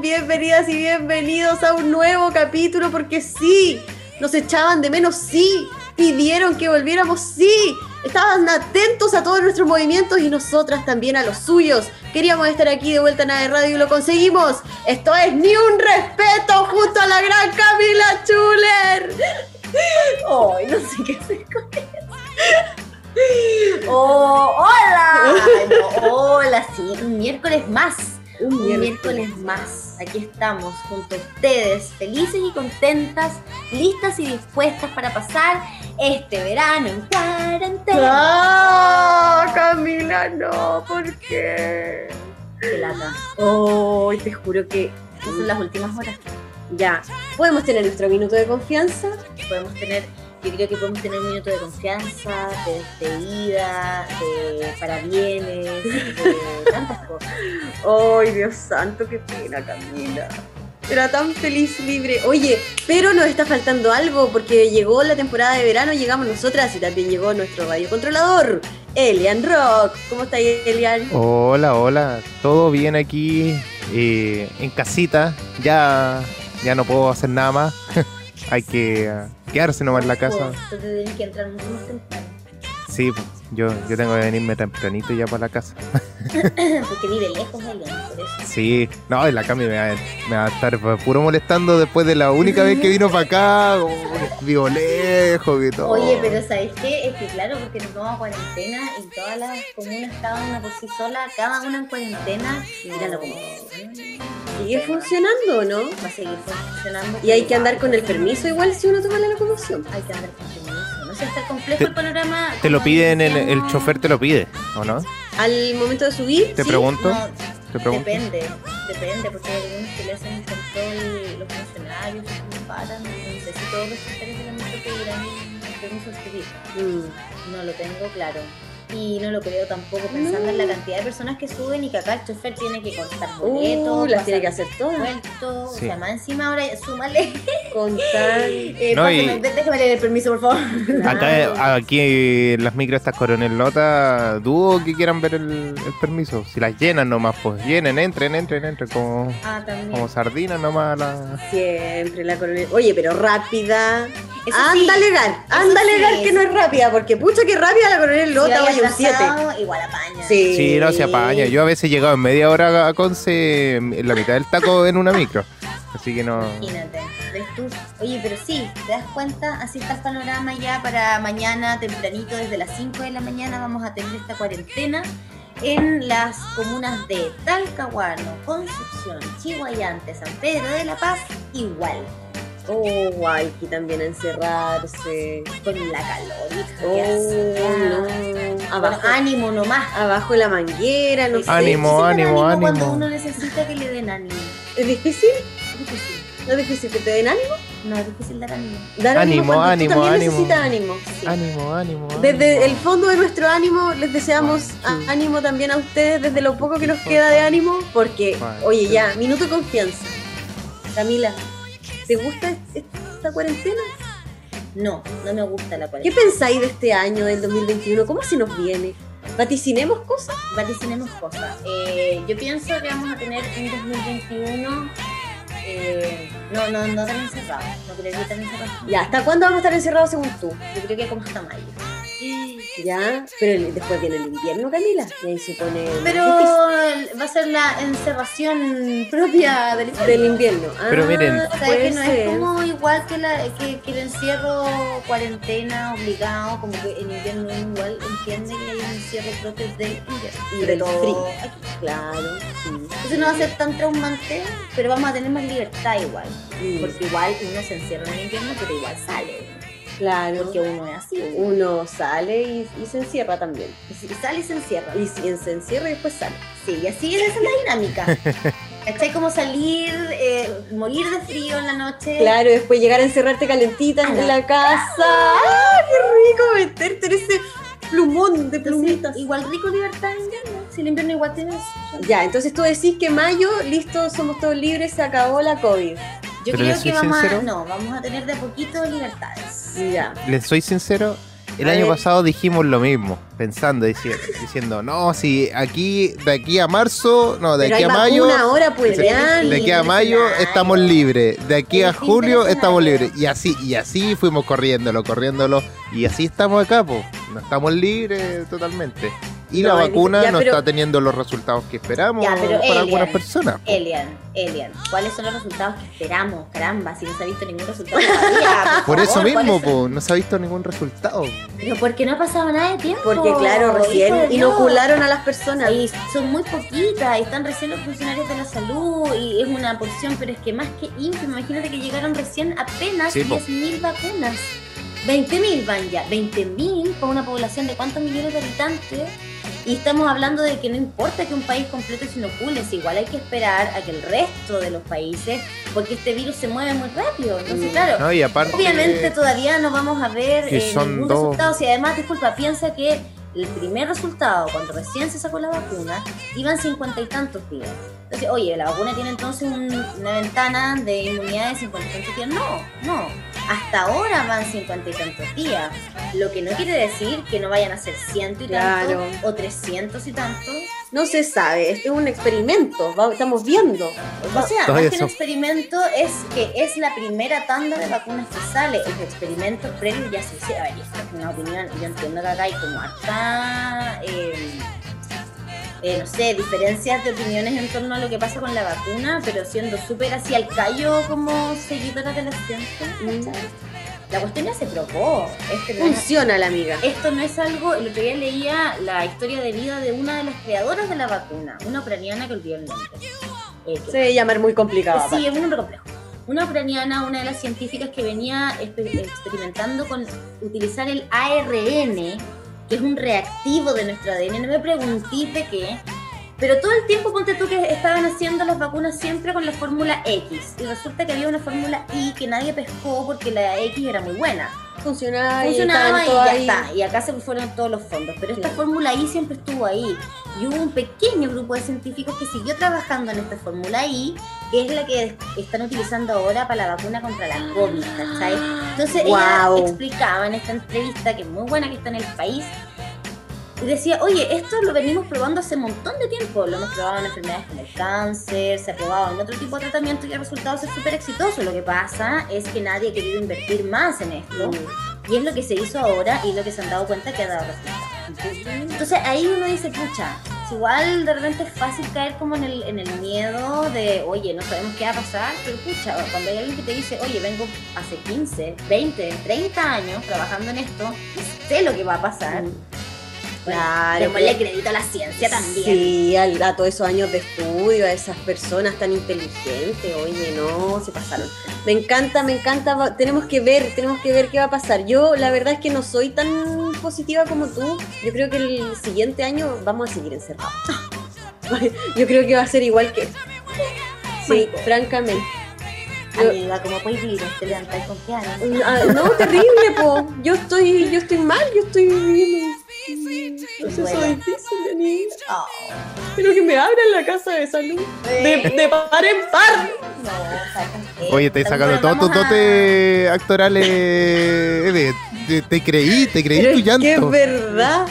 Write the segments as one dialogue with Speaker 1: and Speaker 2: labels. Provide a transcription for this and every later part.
Speaker 1: Bienvenidas y bienvenidos a un nuevo capítulo, porque sí, nos echaban de menos, sí, pidieron que volviéramos, sí, estaban atentos a todos nuestros movimientos y nosotras también a los suyos. Queríamos estar aquí de vuelta en AE Radio y lo conseguimos. Esto es Ni un Respeto junto a la gran Camila Schuller. Ay, no sé qué hacer con eso.
Speaker 2: ¡Oh, hola! No, hola, sí, un miércoles más. Un miércoles más. Aquí estamos junto a ustedes, felices y contentas, listas y dispuestas para pasar este verano en cuarentena.
Speaker 1: ¡Ah, Camila, no! ¿Por qué?
Speaker 2: ¡Qué lata!
Speaker 1: Oh, te juro que
Speaker 2: Son las últimas horas.
Speaker 1: ya. ¿Podemos tener nuestro minuto de confianza?
Speaker 2: Yo creo que podemos tener un minuto de confianza, de despedida, de parabienes, de tantas cosas.
Speaker 1: ¡Ay, Dios santo, qué pena, Camila! Era tan feliz, libre. Oye, pero nos está faltando algo, porque llegó la temporada de verano, llegamos nosotras y también llegó nuestro radiocontrolador, Elian Rock. ¿Cómo está, Elian?
Speaker 3: Hola, todo bien aquí, en casita, ya no puedo hacer nada más, hay que quedarse nomás en la casa.
Speaker 2: Tú te tienes que entrar mucho más temprano.
Speaker 3: Sí, pues, yo tengo que venirme tempranito ya para la casa.
Speaker 2: Porque vive lejos, Elian, por eso.
Speaker 3: Sí, no, y la Cami me va a estar puro molestando después de la única vez que vino para acá, vivo lejos y todo.
Speaker 2: Oye, pero ¿sabes qué? Es que claro, porque nos vamos a cuarentena y todas las comunas, cada una por sí sola, cada una en cuarentena, míralo como
Speaker 1: ¿Sigue funcionando o no?
Speaker 2: va a seguir funcionando.
Speaker 1: Y hay que andar con el permiso igual si uno toma la locomoción.
Speaker 2: Hay que andar con permiso. No sé, está complejo el panorama.
Speaker 3: Te lo
Speaker 2: como
Speaker 3: piden,
Speaker 2: decíamos.
Speaker 3: el chofer te lo pide, ¿o no?
Speaker 1: Al momento de subir,
Speaker 3: Te
Speaker 1: sí.
Speaker 3: pregunto.
Speaker 2: No,
Speaker 3: Te pregunto.
Speaker 2: depende, porque hay algunos que le hacen control los funcionarios, que los paran, no sé si todos los choferes de la metro pedirán el permiso de subir. No lo tengo claro. Y no lo creo tampoco, pensando en la cantidad de personas que suben y que acá el chofer tiene que cortar boletos,
Speaker 1: las tiene que hacer todas.
Speaker 2: vuelto,
Speaker 3: Sí.
Speaker 2: o sea, más encima ahora súmale.
Speaker 1: Contar.
Speaker 3: No,
Speaker 2: Pásame, déjame leer el permiso, por favor.
Speaker 3: Aquí en las micros estas Coronel Lota, dudo que quieran ver el permiso. Si las llenan nomás, pues llenen, entren como
Speaker 2: También.
Speaker 3: sardinas nomás.
Speaker 1: Siempre la coronel. Oye, pero rápida.
Speaker 2: Eso
Speaker 1: Anda
Speaker 2: sí.
Speaker 1: legal,
Speaker 2: sí,
Speaker 1: que no es rápida, porque pucha que rápida la coronel
Speaker 2: Si
Speaker 1: Lota,
Speaker 2: vaya
Speaker 1: oye, un 7.
Speaker 2: atrasado, igual apaña.
Speaker 3: Sí, no se apaña. Yo a veces he llegado en media hora a Conce, en la mitad del taco en una micro. Así que no.
Speaker 2: Imagínate, ¿ves tú? Oye, pero sí, ¿te das cuenta? Así está el panorama ya para mañana, tempranito, desde las 5 de la mañana vamos a tener esta cuarentena en las comunas de Talcahuano, Concepción, Chihuayante, San Pedro de la Paz, igual,
Speaker 1: Oh, guay, aquí también encerrarse.
Speaker 2: con la calor, hija,
Speaker 1: Oh,
Speaker 2: ¿qué haces?
Speaker 1: no.
Speaker 2: Bueno, ánimo nomás.
Speaker 1: Abajo la manguera, no sé.
Speaker 3: Ánimo,
Speaker 2: Es difícil dar
Speaker 3: ánimo.
Speaker 2: cuando uno necesita que le den ánimo.
Speaker 1: ¿Es difícil?
Speaker 2: Es difícil.
Speaker 1: ¿No es difícil que te den ánimo?
Speaker 2: No, es difícil dar ánimo.
Speaker 1: Dar
Speaker 3: Ánimo,
Speaker 1: cuando
Speaker 3: ánimo,
Speaker 1: tú también
Speaker 3: ánimo.
Speaker 1: necesitas ánimo. Sí.
Speaker 3: Ánimo.
Speaker 1: Desde el fondo de nuestro ánimo les deseamos
Speaker 3: Sí.
Speaker 1: ánimo también a ustedes, desde lo poco que nos queda de ánimo, porque, oye, ya, minuto de confianza. Camila, ¿te gusta esta cuarentena?
Speaker 2: No me gusta la
Speaker 1: ¿Qué
Speaker 2: cuarentena.
Speaker 1: pensáis de este año, del 2021? ¿Cómo se nos viene? ¿Vaticinemos cosas?
Speaker 2: Vaticinemos cosas. Yo pienso que vamos a tener un 2021 no tan encerrado. No creo que tan encerrado.
Speaker 1: Ya, ¿hasta cuándo vamos a estar encerrados según tú?
Speaker 2: Yo creo que como hasta mayo.
Speaker 1: Ya, pero después viene el invierno, Camila, y ahí se pone más
Speaker 2: Pero
Speaker 1: difícil.
Speaker 2: va a ser la encerración propia del invierno.
Speaker 1: Del invierno.
Speaker 3: Pero miren.
Speaker 2: O sea,
Speaker 1: puede
Speaker 2: que no
Speaker 1: ser.
Speaker 2: es como igual que el encierro cuarentena obligado, como que en invierno igual entiende que hay un encierro propio del invierno.
Speaker 1: Y
Speaker 2: Sobre
Speaker 1: del
Speaker 2: todo
Speaker 1: frío.
Speaker 2: aquí.
Speaker 1: Claro, sí.
Speaker 2: Entonces no va a ser tan traumante, pero vamos a tener más libertad igual.
Speaker 1: Mm.
Speaker 2: Porque igual uno se encierra en el invierno, pero igual sale.
Speaker 1: Claro.
Speaker 2: Porque uno es así.
Speaker 1: Uno sale y se encierra también.
Speaker 2: Y sale y se encierra.
Speaker 1: Y se encierra y después sale.
Speaker 2: Sí, y así esa es la dinámica. ¿Cachai? Como salir, morir de frío en la noche.
Speaker 1: Claro, después llegar a encerrarte calentita en la casa. ¡Ah, qué rico meterte en ese plumón de
Speaker 2: Entonces,
Speaker 1: plumitas!
Speaker 2: igual rico libertad en invierno. Si el invierno igual tienes.
Speaker 1: Ya, entonces tú decís que mayo, listo, somos todos libres, se acabó la COVID.
Speaker 2: Yo
Speaker 3: Pero
Speaker 2: creo
Speaker 3: les
Speaker 2: que
Speaker 3: soy sincero.
Speaker 2: vamos a tener de a poquito libertades.
Speaker 1: Ya.
Speaker 3: Les soy sincero, El
Speaker 1: A
Speaker 3: año
Speaker 1: ver.
Speaker 3: pasado dijimos lo mismo, pensando, diciendo, no, si de aquí a marzo, no, de
Speaker 1: Pero
Speaker 3: aquí
Speaker 1: hay
Speaker 3: a mayo,
Speaker 1: vacuna ahora, pues,
Speaker 3: de
Speaker 1: vean.
Speaker 3: aquí a
Speaker 2: distinto
Speaker 3: mayo
Speaker 2: escenario.
Speaker 3: estamos libres, de aquí
Speaker 2: Es
Speaker 3: a
Speaker 2: distinto
Speaker 3: julio
Speaker 2: el
Speaker 3: estamos
Speaker 2: escenario.
Speaker 3: libres, y así fuimos corriéndolo, y así estamos acá, pues, no estamos libres totalmente. Y
Speaker 1: No,
Speaker 3: la vacuna
Speaker 1: ya,
Speaker 3: no
Speaker 1: pero-
Speaker 3: está teniendo los resultados que esperamos
Speaker 2: Ya, pero
Speaker 3: para algunas
Speaker 2: Elian,
Speaker 3: personas. po.
Speaker 2: Elian, ¿cuáles son los resultados que esperamos? Caramba, si no se ha visto ningún resultado todavía.
Speaker 3: Por eso
Speaker 2: favor,
Speaker 3: mismo,
Speaker 2: ¿cuáles son?
Speaker 3: po, no se ha visto ningún resultado.
Speaker 2: Pero porque no ha pasado nada de tiempo.
Speaker 1: Porque claro,
Speaker 2: hijo
Speaker 1: recién
Speaker 2: de Dios.
Speaker 1: inocularon a las personas.
Speaker 2: Y son muy poquitas, y están recién los funcionarios de la salud, y es una porción, pero es que más que ínfima, imagínate que llegaron recién apenas
Speaker 3: Sí, po.
Speaker 2: 10.000 vacunas. 20.000 van ya, 20.000 para una población de cuántos millones de habitantes. Y estamos hablando de que no importa que un país completo se inocule, si igual hay que esperar a que el resto de los países, porque este virus se mueve muy rápido. Entonces, claro,
Speaker 3: No, y aparte,
Speaker 2: obviamente todavía no vamos a ver
Speaker 3: que son
Speaker 2: ningún
Speaker 3: dos.
Speaker 2: resultado. Si además, disculpa, piensa que el primer resultado, cuando recién se sacó la vacuna, iban 50 y tantos días. Entonces, oye, la vacuna tiene entonces una ventana de inmunidad de 50 y tantos días. No. Hasta ahora van 50 y tantos días. Lo que no quiere decir que no vayan a ser 100 y
Speaker 1: Claro.
Speaker 2: tantos o 300 y tantos.
Speaker 1: No se sabe, esto es un experimento, estamos viendo.
Speaker 2: O sea,
Speaker 3: Todo
Speaker 2: más que
Speaker 3: eso.
Speaker 2: un experimento es que es la primera tanda de vacunas que sale. Los experimentos previos ya se hicieron. A ver, esta es una opinión. Yo entiendo que acá hay como harta, no sé, diferencias de opiniones en torno a lo que pasa con la vacuna, pero siendo súper así al callo como seguidora de la ciencia. ¿cachai? La cuestión ya se probó.
Speaker 1: Funciona la amiga.
Speaker 2: Esto no es algo, el otro día leía la historia de vida de una de las creadoras de la vacuna, una ucraniana que olvidó el nombre. Que-
Speaker 1: Se debe llamar muy complicado.
Speaker 2: sí, es un nombre complejo. Una ucraniana, una de las científicas que venía experimentando con utilizar el ARN, que es un reactivo de nuestro ADN. No me preguntéis de qué, pero todo el tiempo ponte tú que estaban haciendo las vacunas siempre con la fórmula X, y resulta que había una fórmula Y que nadie pescó porque la X era muy buena.
Speaker 1: Funcionaba
Speaker 2: Funcionaba y
Speaker 1: estaban todos
Speaker 2: ya
Speaker 1: ahí.
Speaker 2: está, y acá se fueron todos los fondos, pero esta
Speaker 1: Sí.
Speaker 2: fórmula I siempre estuvo ahí, y hubo un pequeño grupo de científicos que siguió trabajando en esta fórmula I, que es la que están utilizando ahora para la vacuna contra la COVID, ¿cachai? Entonces ella
Speaker 1: Wow.
Speaker 2: explicaba en esta entrevista, que es muy buena, que está en el país, y decía, oye, esto lo venimos probando hace un montón de tiempo, lo hemos probado en enfermedades como el cáncer, se ha probado en otro tipo de tratamiento y ha resultado ser súper exitoso. Lo que pasa es que nadie ha querido invertir más en esto, y es lo que se hizo ahora y lo que se han dado cuenta que ha dado resultados. Entonces ahí uno dice, pucha, si igual de repente es fácil caer como en el miedo de, oye, no sabemos qué va a pasar, pero pucha, cuando hay alguien que te dice, oye, vengo hace 15, 20, 30 años trabajando en esto y sé lo que va a pasar,
Speaker 1: Claro,
Speaker 2: démosle crédito a la ciencia también.
Speaker 1: Sí, a todos esos años de estudio, a esas personas tan inteligentes, oye, no, se pasaron. Me encanta, tenemos que ver qué va a pasar. Yo la verdad es que no soy tan positiva como tú. Yo creo que el siguiente año vamos a seguir encerrados. Yo creo que va a ser igual que... Sí, francamente.
Speaker 2: Amiga, ¿cómo puedes vivir? ¿Te levantáis con qué ánimo?
Speaker 1: No, terrible, po. Yo estoy mal, yo estoy viviendo un proceso
Speaker 2: Duelo.
Speaker 1: difícil, Denise.
Speaker 2: Oh,
Speaker 1: Pero que me abran la casa de salud. De par en par.
Speaker 2: no, ¿sabes qué?
Speaker 3: Oye, estáis sacando
Speaker 2: Bueno,
Speaker 3: todos tus
Speaker 2: vamos a-
Speaker 3: dotes actorales. Eve. Te creí
Speaker 1: Pero
Speaker 3: tu
Speaker 1: es que es
Speaker 3: llanto.
Speaker 1: verdad,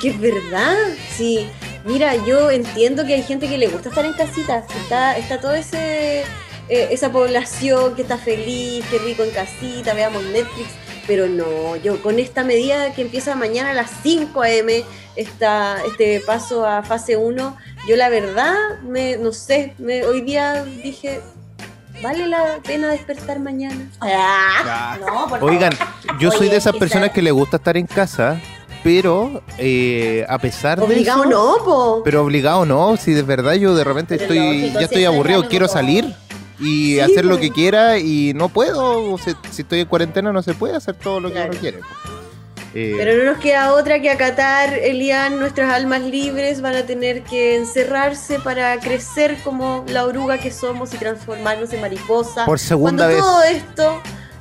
Speaker 1: Sí, mira, yo entiendo que hay gente que le gusta estar en casita. Está todo esa población que está feliz, que rico en casita, veamos Netflix. Pero no, yo con esta medida que empieza mañana a las 5 a.m., este paso a fase 1, yo la verdad, no sé, hoy día dije, ¿vale la pena despertar mañana?
Speaker 2: Ah, no, por favor.
Speaker 3: Oigan, yo soy
Speaker 2: Oye,
Speaker 3: de esas
Speaker 2: esa-
Speaker 3: personas que le gusta estar en casa, pero a pesar de
Speaker 1: Obligado
Speaker 3: eso,
Speaker 1: no, po.
Speaker 3: pero obligado no, si de verdad yo de repente
Speaker 2: Pero lógico,
Speaker 3: ya
Speaker 2: si
Speaker 3: estoy
Speaker 2: eso es
Speaker 3: aburrido,
Speaker 2: algo
Speaker 3: quiero
Speaker 2: como-
Speaker 3: salir y
Speaker 1: Sí,
Speaker 3: hacer lo
Speaker 1: po.
Speaker 3: que quiera y no puedo, o sea, si estoy en cuarentena no se puede hacer todo lo que
Speaker 1: Claro.
Speaker 3: uno quiere. po.
Speaker 1: Pero no nos queda otra que acatar, Elian, nuestras almas libres van a tener que encerrarse para crecer como la oruga que somos y transformarnos en mariposa.
Speaker 3: Por segunda
Speaker 1: cuando
Speaker 3: vez.
Speaker 1: todo esto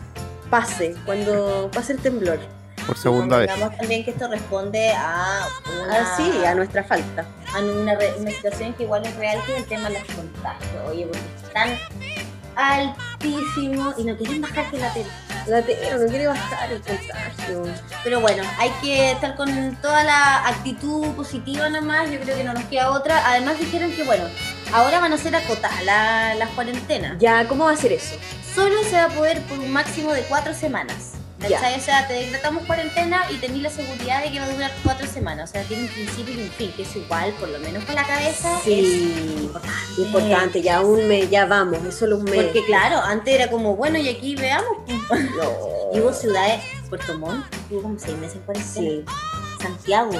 Speaker 1: cuando pase el temblor.
Speaker 3: Por segunda vez.
Speaker 2: Digamos también que esto responde a una,
Speaker 1: Así, a nuestra falta.
Speaker 2: a una situación que igual es real, que es el tema de los contagios. Oye, porque están altísimos y no quieren bajar que la
Speaker 1: Latero, no quiere bajar el contagio.
Speaker 2: Pero bueno, hay que estar con toda la actitud positiva nomás, yo creo que no nos queda otra. Además dijeron que bueno, ahora van a hacer acotadas las cuarentenas.
Speaker 1: Ya, ¿cómo va a ser eso?
Speaker 2: Solo se va a poder por un máximo de 4 semanas. ¿Cachai? O sea, te decretamos cuarentena y tenés la seguridad de que va a durar 4 semanas. O sea, tiene un principio y un fin, que es igual, por lo menos con la cabeza.
Speaker 1: Sí,
Speaker 2: es importante.
Speaker 1: Importante, ya un mes, ya vamos, es solo un mes.
Speaker 2: Porque claro, antes era como, bueno, y aquí veamos.
Speaker 1: No.
Speaker 2: Y hubo ciudades, Puerto Montt, tuvo como 6 meses en cuarentena.
Speaker 1: Sí.
Speaker 2: Santiago.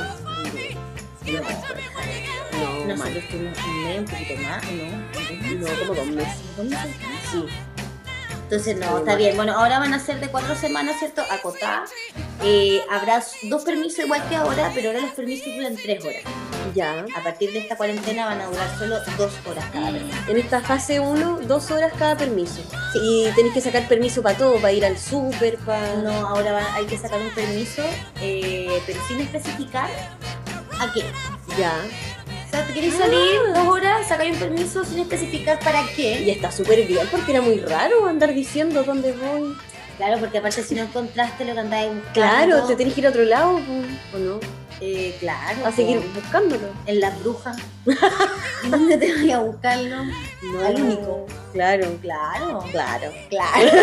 Speaker 1: No,
Speaker 2: Nosotros tuvimos un mes, un poquito más, ¿no?
Speaker 1: No, como 2 meses.
Speaker 2: 2 meses.
Speaker 1: Sí.
Speaker 2: Entonces, no,
Speaker 1: Sí,
Speaker 2: está
Speaker 1: mal.
Speaker 2: bien. Bueno, ahora van a ser de 4 semanas, ¿cierto? Acotadas. Habrá 2 permisos igual que ahora, pero ahora los permisos duran 3 horas.
Speaker 1: Ya.
Speaker 2: A partir de esta cuarentena van a durar solo 2 horas cada permiso.
Speaker 1: En esta fase 1, 2 horas cada permiso. Y tenéis que sacar permiso para todo, para ir al súper, para...
Speaker 2: No, ahora hay que sacar un permiso, pero sin especificar a qué.
Speaker 1: Ya.
Speaker 2: O sea, te querés salir 2 horas, sacar un permiso sin especificar para qué.
Speaker 1: Y está súper bien, porque era muy raro andar diciendo dónde voy.
Speaker 2: Claro, porque aparte si no encontraste lo que andabas buscando.
Speaker 1: Claro, te tenés que ir a otro lado, ¿o no?
Speaker 2: Claro.
Speaker 1: A seguir
Speaker 2: pues,
Speaker 1: buscándolo.
Speaker 2: en las brujas. ¿Dónde te voy a buscarlo?
Speaker 1: No.
Speaker 2: Al único.
Speaker 1: Claro.
Speaker 2: Claro.
Speaker 1: Claro.
Speaker 2: Claro.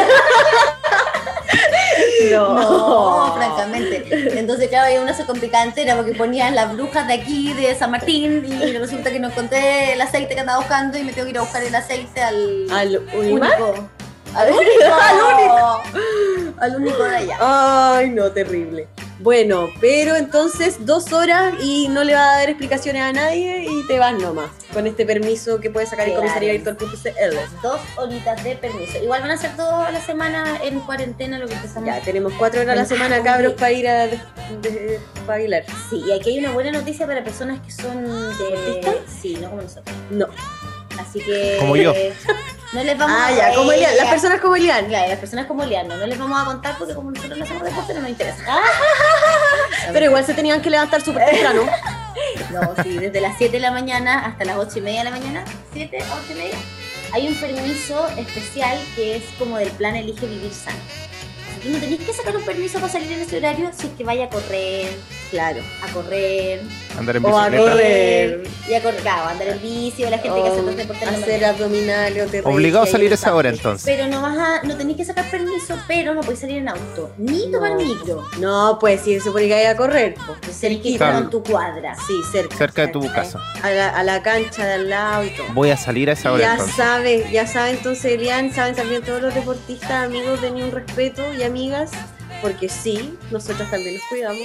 Speaker 2: No, francamente. Entonces, claro, ahí uno se complicaba entera porque ponían las brujas de aquí, de San Martín, y resulta que no encontré el aceite que andaba buscando y me tengo que ir a buscar el aceite
Speaker 1: ¿Al Unimar?
Speaker 2: único. Al único. Al único de allá.
Speaker 1: Ay, no, terrible. Bueno, pero entonces 2 horas y no le va a dar explicaciones a nadie y te vas nomás con este permiso que puedes sacar en
Speaker 2: Claro.
Speaker 1: comisaría.virtual.cl.
Speaker 2: 2 horitas de permiso. Igual van a ser toda la semana en cuarentena lo que empezamos.
Speaker 1: Ya, tenemos 4 horas a la semana, cabros, para ir a bailar.
Speaker 2: Sí, y aquí hay una buena noticia para personas que son
Speaker 1: ¿Deportistas?
Speaker 2: Sí, no como nosotros.
Speaker 1: No.
Speaker 2: Así que...
Speaker 3: Como yo.
Speaker 2: No les vamos
Speaker 1: Ah,
Speaker 2: a...
Speaker 1: ya, como Elian, las personas como Elian.
Speaker 2: Claro, las personas como Liano, no les vamos a contar porque como nosotros no hacemos deporte no nos interesa.
Speaker 1: Pero igual se tenían que levantar súper temprano.
Speaker 2: No, sí, desde las 7 de la mañana hasta las 8:30 de la mañana, 7 a 8:30, hay un permiso especial que es como del plan Elige Vivir Sano. Tú no tenés que sacar un permiso para salir en ese horario si es que vaya a correr,
Speaker 1: Claro.
Speaker 3: Andar en
Speaker 1: O a
Speaker 3: bicicleta.
Speaker 1: correr.
Speaker 2: y a correr, claro, andar en bici o la gente que hace otros deportes en la
Speaker 1: hacer
Speaker 2: mañana.
Speaker 1: abdominales o te
Speaker 3: Obligado a
Speaker 1: reís,
Speaker 3: salir
Speaker 1: ahí
Speaker 3: a esa hora entonces.
Speaker 2: Pero no tenés que sacar permiso, pero no podés salir en auto, ni tomar
Speaker 1: No.
Speaker 2: micro.
Speaker 1: No, pues si se supone que hay a correr, pues
Speaker 2: Tenés que ir
Speaker 3: Claro.
Speaker 2: con tu cuadra.
Speaker 1: Sí, cerca.
Speaker 3: Cerca de tu
Speaker 2: ¿cachai?
Speaker 3: casa.
Speaker 1: A la cancha de al lado y todo.
Speaker 3: Voy a salir a esa hora entonces.
Speaker 1: Ya sabe entonces Elian, saben también todos los deportistas, amigos, de Ni Un Respeto y amigas, porque sí, nosotros también nos cuidamos.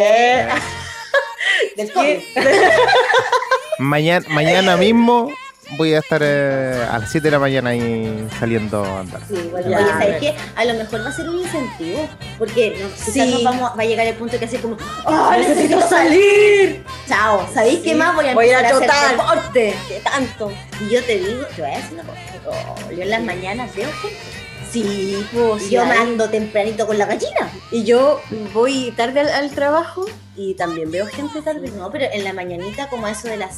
Speaker 2: Del COVID.
Speaker 3: Mañana mismo voy a estar a las 7 de la mañana ahí saliendo a andar.
Speaker 2: Sí, bueno,
Speaker 1: Ya.
Speaker 2: oye, ¿sabes qué? A lo mejor va a ser un incentivo, porque quizás
Speaker 1: Sí.
Speaker 2: va a llegar el punto que hace como, ¡oh, necesito salir!
Speaker 1: salir!
Speaker 2: Chao, ¿sabéis qué
Speaker 1: Sí.
Speaker 2: más? Voy a
Speaker 1: Voy a
Speaker 2: empezar a hacer
Speaker 1: trotar.
Speaker 2: deporte.
Speaker 1: ¿Qué tanto?
Speaker 2: Y yo te digo, te voy a decir una cosa, yo en las mañanas veo gente,
Speaker 1: Sí, pues.
Speaker 2: y
Speaker 1: sí,
Speaker 2: yo me
Speaker 1: hay.
Speaker 2: ando tempranito con la gallina.
Speaker 1: Y yo voy tarde al trabajo y también veo gente tarde.
Speaker 2: No, pero en la mañanita, como a eso de las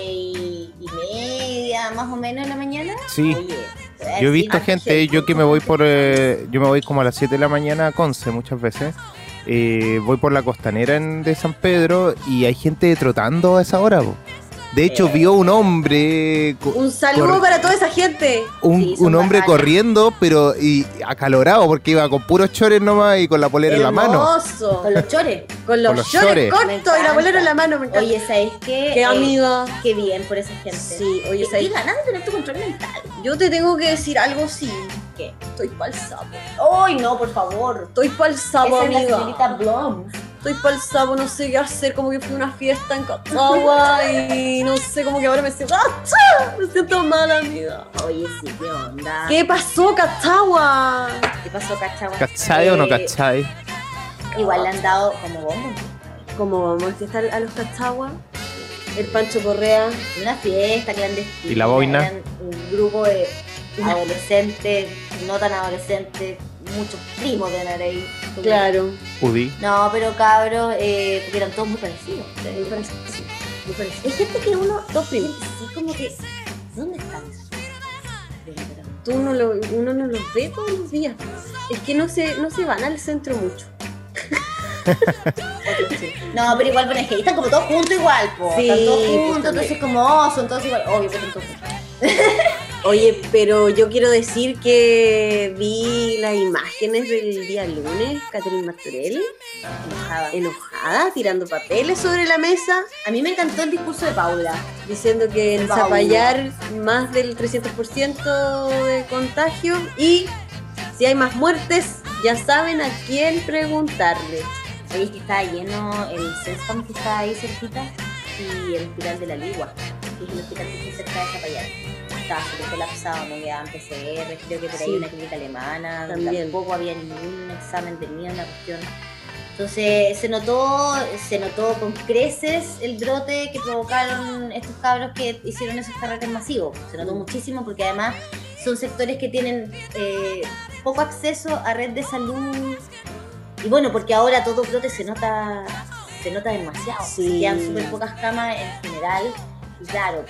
Speaker 2: 6:30, más o menos en la mañana.
Speaker 3: Sí.
Speaker 2: Oye, te voy a
Speaker 3: Yo he
Speaker 2: decir,
Speaker 3: visto gente, yo que me voy por, yo me voy como a las 7 de la mañana a Conce muchas veces. Voy por la costanera de San Pedro y hay gente trotando a esa hora. Po. De hecho, vio un hombre,
Speaker 1: Un saludo para toda esa gente.
Speaker 2: Sí, son
Speaker 3: un hombre
Speaker 2: bacanes.
Speaker 3: corriendo, pero y acalorado porque iba con puros chores nomás y con la polera en la mano.
Speaker 1: Hermoso.
Speaker 2: con los chores.
Speaker 1: Con los
Speaker 3: los
Speaker 1: shorts
Speaker 3: shorts.
Speaker 1: cortos
Speaker 2: Me
Speaker 1: y la
Speaker 2: encanta.
Speaker 1: bolera en la mano. Me encanta.
Speaker 2: Oye, ¿sabes qué?
Speaker 1: Qué amiga.
Speaker 2: Qué bien por esa gente.
Speaker 1: Sí, oye,
Speaker 2: Qué
Speaker 1: ¿sabes?
Speaker 2: ganas de tener tu control mental.
Speaker 1: Yo te tengo que decir algo, sí.
Speaker 2: ¿Qué?
Speaker 1: Estoy pa'l sapo.
Speaker 2: ¡Ay, no, por favor!
Speaker 1: Estoy pa'l sapo,
Speaker 2: Esa es la
Speaker 1: amiga.
Speaker 2: señorita Blom.
Speaker 1: Estoy pa'l sapo, no sé qué hacer. Como que fui a una fiesta en Cachagua y no sé, como que ahora me siento. ¡Ah! Me siento mal, amiga.
Speaker 2: Oye, sí, ¿qué onda?
Speaker 1: ¿Qué pasó, Cachagua?
Speaker 2: ¿Qué pasó, Cachagua?
Speaker 3: ¿Cachai o no cachai?
Speaker 2: Igual le han dado como bombo.
Speaker 1: ¿Cómo vamos a fiestar a los Cachagua? El Pancho Correa.
Speaker 2: Una fiesta clandestina.
Speaker 3: ¿Y la boina?
Speaker 2: Eran un grupo de adolescentes, no tan adolescentes, muchos primos de Narey.
Speaker 1: Claro.
Speaker 3: Udi.
Speaker 2: No, pero cabros, porque eran todos muy parecidos.
Speaker 1: Muy parecido. Sí, muy parecido.
Speaker 2: Hay gente que uno,
Speaker 1: Dos primos.
Speaker 2: sí, como que, ¿dónde están esos?
Speaker 1: uno no los ve todos los días. Es que no se van al centro mucho.
Speaker 2: No, pero igual, bueno, es que ahí están como todos juntos igual, po.
Speaker 1: Sí,
Speaker 2: están todos juntos,
Speaker 1: pues,
Speaker 2: entonces como son todos igual, obvio que están todos juntos.
Speaker 1: Oye, pero yo quiero decir que vi las imágenes del día lunes, Catherine Martorell, enojada, tirando papeles sobre la mesa,
Speaker 2: A mí me encantó el discurso de Paula.
Speaker 1: diciendo que en
Speaker 2: Paula.
Speaker 1: Zapallar más del 300% de contagio y si hay más muertes, ya saben a quién preguntarle.
Speaker 2: Oye, es que estaba lleno el CESFAM que está ahí cerquita y el hospital de la Ligua, que es el hospital que está cerca de Zapallar. Estaba súper colapsado, no quedaban PCR, creo que por ahí
Speaker 1: Sí.
Speaker 2: una clínica alemana,
Speaker 1: También.
Speaker 2: tampoco había ningún examen de ni una cuestión. Entonces se notó con creces el brote que provocaron estos cabros que hicieron esos carretes masivos. Se notó muchísimo porque además son sectores que tienen poco acceso a red de salud. Y bueno, porque ahora todo brote se nota demasiado.
Speaker 1: Sí.
Speaker 2: Quedan súper pocas camas en general. Y claro,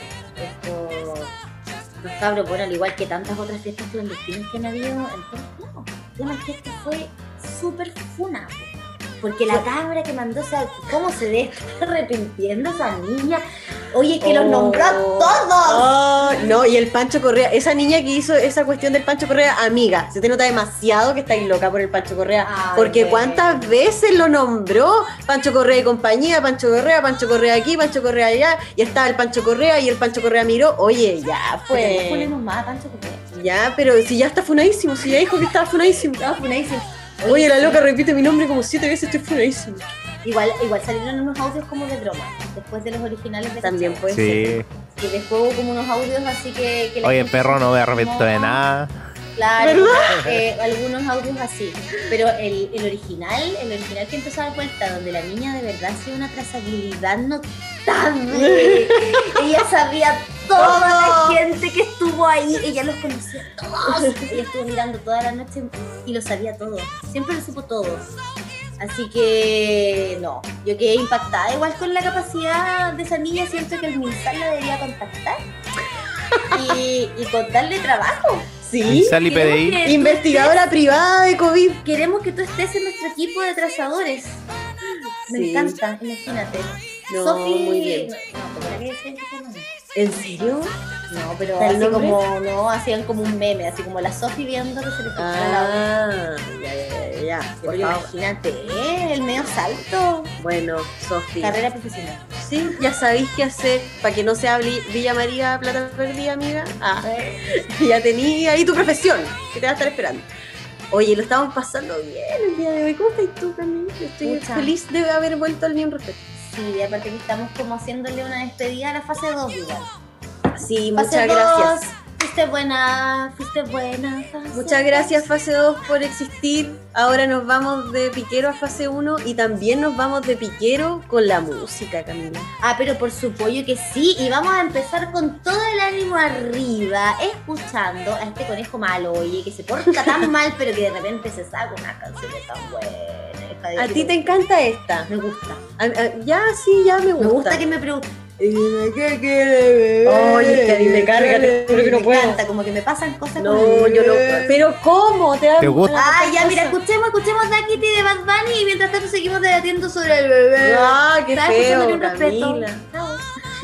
Speaker 2: los cabros, bueno, al igual que tantas otras fiestas clandestinas que han habido en todos lados. El tema es que esto fue súper funa. Porque la cabra que mandó, o sea, ¿cómo se debe estar arrepintiendo esa niña? Oye, que los nombró a todos.
Speaker 1: Oh, no, y el Pancho Correa, esa niña que hizo esa cuestión del Pancho Correa, amiga, se te nota demasiado que estáis loca por el Pancho Correa.
Speaker 2: Ay,
Speaker 1: porque
Speaker 2: güey.
Speaker 1: cuántas veces lo nombró Pancho Correa y compañía, Pancho Correa aquí, Pancho Correa allá, y estaba el Pancho Correa y el Pancho Correa miró, oye, ya
Speaker 2: Pues no
Speaker 1: fue.
Speaker 2: ponemos más a Pancho Correa.
Speaker 1: Ya, pero si ya está funadísimo, si ya dijo que estaba funadísimo.
Speaker 2: Estaba funadísimo.
Speaker 1: Oye, la
Speaker 2: sí.
Speaker 1: loca repite mi nombre como 7 veces, estoy funadísimo.
Speaker 2: Igual salieron unos audios como de broma, después de los originales de
Speaker 1: También
Speaker 2: Cachai.
Speaker 1: puede ser.
Speaker 3: Sí.
Speaker 2: Y después hubo como unos audios así que la
Speaker 3: Oye,
Speaker 2: gente
Speaker 3: perro, no me
Speaker 2: se
Speaker 3: arrepiento de
Speaker 2: tomó.
Speaker 3: nada.
Speaker 2: Claro, algunos audios así. Pero el original que empezó a dar vuelta, donde la niña de verdad hacía una trazabilidad notable. Ella sabía toda la gente que estuvo ahí, ella los conocía todos. Ella estuvo mirando toda la noche y lo sabía todo. Siempre lo supo todo. Así que no, yo quedé impactada igual con la capacidad de esa niña. Siento que el MinSal la debería contactar y contarle trabajo.
Speaker 1: Sí,
Speaker 3: Sal y
Speaker 2: Queremos
Speaker 3: PDI.
Speaker 2: que tú
Speaker 1: investigadora privada de COVID.
Speaker 2: Queremos que tú estés en nuestro equipo de trazadores. Me
Speaker 1: Sí.
Speaker 2: encanta, imagínate.
Speaker 1: No,
Speaker 2: Sofi,
Speaker 1: muy bien.
Speaker 2: No, ¿para qué decir que se llama?
Speaker 1: ¿En serio?
Speaker 2: No, pero
Speaker 1: ¿Está el
Speaker 2: así
Speaker 1: nombre?
Speaker 2: como, no, hacían como un meme, así como la Sofi viendo que se le escuchaba la otra.
Speaker 1: Ya. Por
Speaker 2: Pero
Speaker 1: favor.
Speaker 2: imagínate, el medio salto.
Speaker 1: Bueno, Sofi.
Speaker 2: Carrera profesional.
Speaker 1: Sí, ya sabéis qué hacer para que no sea Villa María Plata Perdida, amiga. Ah, ya tenía ahí tu profesión, que te va a estar esperando. Oye, lo estamos pasando bien el día de hoy. ¿Cómo estás tú, Camila? Yo estoy
Speaker 2: Pucha.
Speaker 1: feliz de haber vuelto al Ni un Respeto.
Speaker 2: Sí, y aparte que estamos como haciéndole una despedida a la fase 2 igual.
Speaker 1: Sí,
Speaker 2: Fase
Speaker 1: muchas
Speaker 2: 2,
Speaker 1: gracias.
Speaker 2: Fuiste buena. Fase
Speaker 1: Muchas gracias, fase 2, por existir. Ahora nos vamos de piquero a fase 1 y también nos vamos de piquero con la música, Camila.
Speaker 2: Ah, pero por supuesto que sí, y vamos a empezar con todo el ánimo arriba, escuchando a este conejo malo, oye, que se porta tan mal, pero que de repente se saca una canción tan buena.
Speaker 1: ¿A ti te encanta esta?
Speaker 2: Me gusta.
Speaker 1: Ya, sí, ya me gusta.
Speaker 2: Me gusta que me pregunten.
Speaker 1: ¿Qué quiere beber? Oye, que a mí me carga, te juro que no
Speaker 2: Me
Speaker 1: puedo.
Speaker 2: encanta, como que me pasan cosas
Speaker 1: No,
Speaker 2: como...
Speaker 1: yo no. Pero ¿cómo?
Speaker 3: ¿Te gusta?
Speaker 2: Ah, ya, mira, escuchemos Duck Kitty de Bad Bunny y mientras tanto seguimos debatiendo sobre el bebé.
Speaker 1: Ah, qué
Speaker 2: ¿Sabes?
Speaker 1: feo,
Speaker 2: Escuchando un respeto.
Speaker 1: Camila.
Speaker 2: Chao.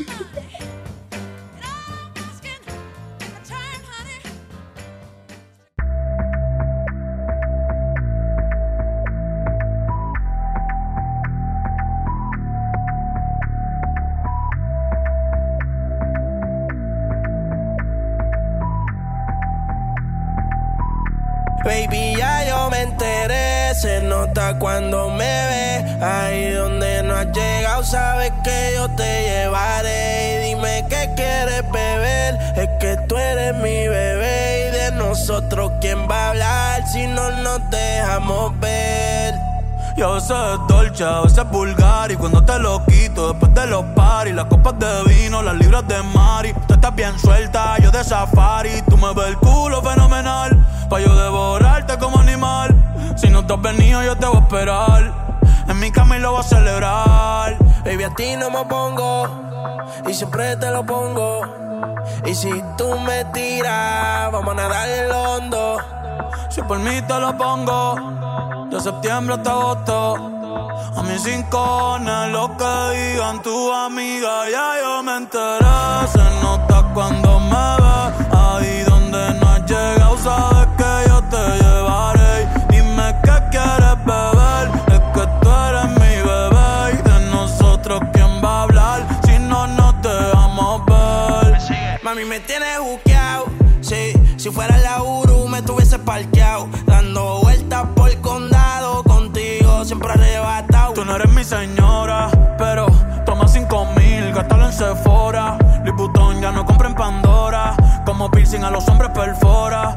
Speaker 4: Baby, ya yo me enteré, se nota cuando me ve. Ahí donde no has llegado, sabes que yo te llevaré. Y dime qué quieres beber, es que tú eres mi bebé. Y de nosotros, ¿quién va a hablar si no nos dejamos ver?
Speaker 5: Y a veces es dolce, a veces es vulgar. Y cuando te lo quito, después de los paris, las copas de vino, las libras de mari. Tú estás bien suelta, yo de safari. Tú me ves el culo fenomenal, pa' yo devorarte como animal. Si no te has venido, yo te voy a esperar. En mi cama y lo voy a celebrar.
Speaker 4: Baby, a ti no me pongo y siempre te lo pongo. Y si tú me tiras, vamos a nadar en lo hondo.
Speaker 5: Si por mí te lo pongo, de septiembre hasta agosto. A mis 5 lo que digan tu amiga, ya yo me enteré. Se nota cuando me ves, ahí donde no has llegado, sabes que yo te llevaré. Dime qué quieres beber, es que tú eres mi bebé. Y de nosotros, ¿quién va a hablar si no nos dejamos ver?
Speaker 4: Mami, me tienes buqueado, sí. Si fuera la Uru me tuviese parqueado, dando vueltas por el condado, contigo siempre arrebatado.
Speaker 5: Tú no eres mi señora, pero toma 5,000, gástalo en Sephora. Louis Vuitton ya no compra en Pandora, como piercing a los hombres perfora.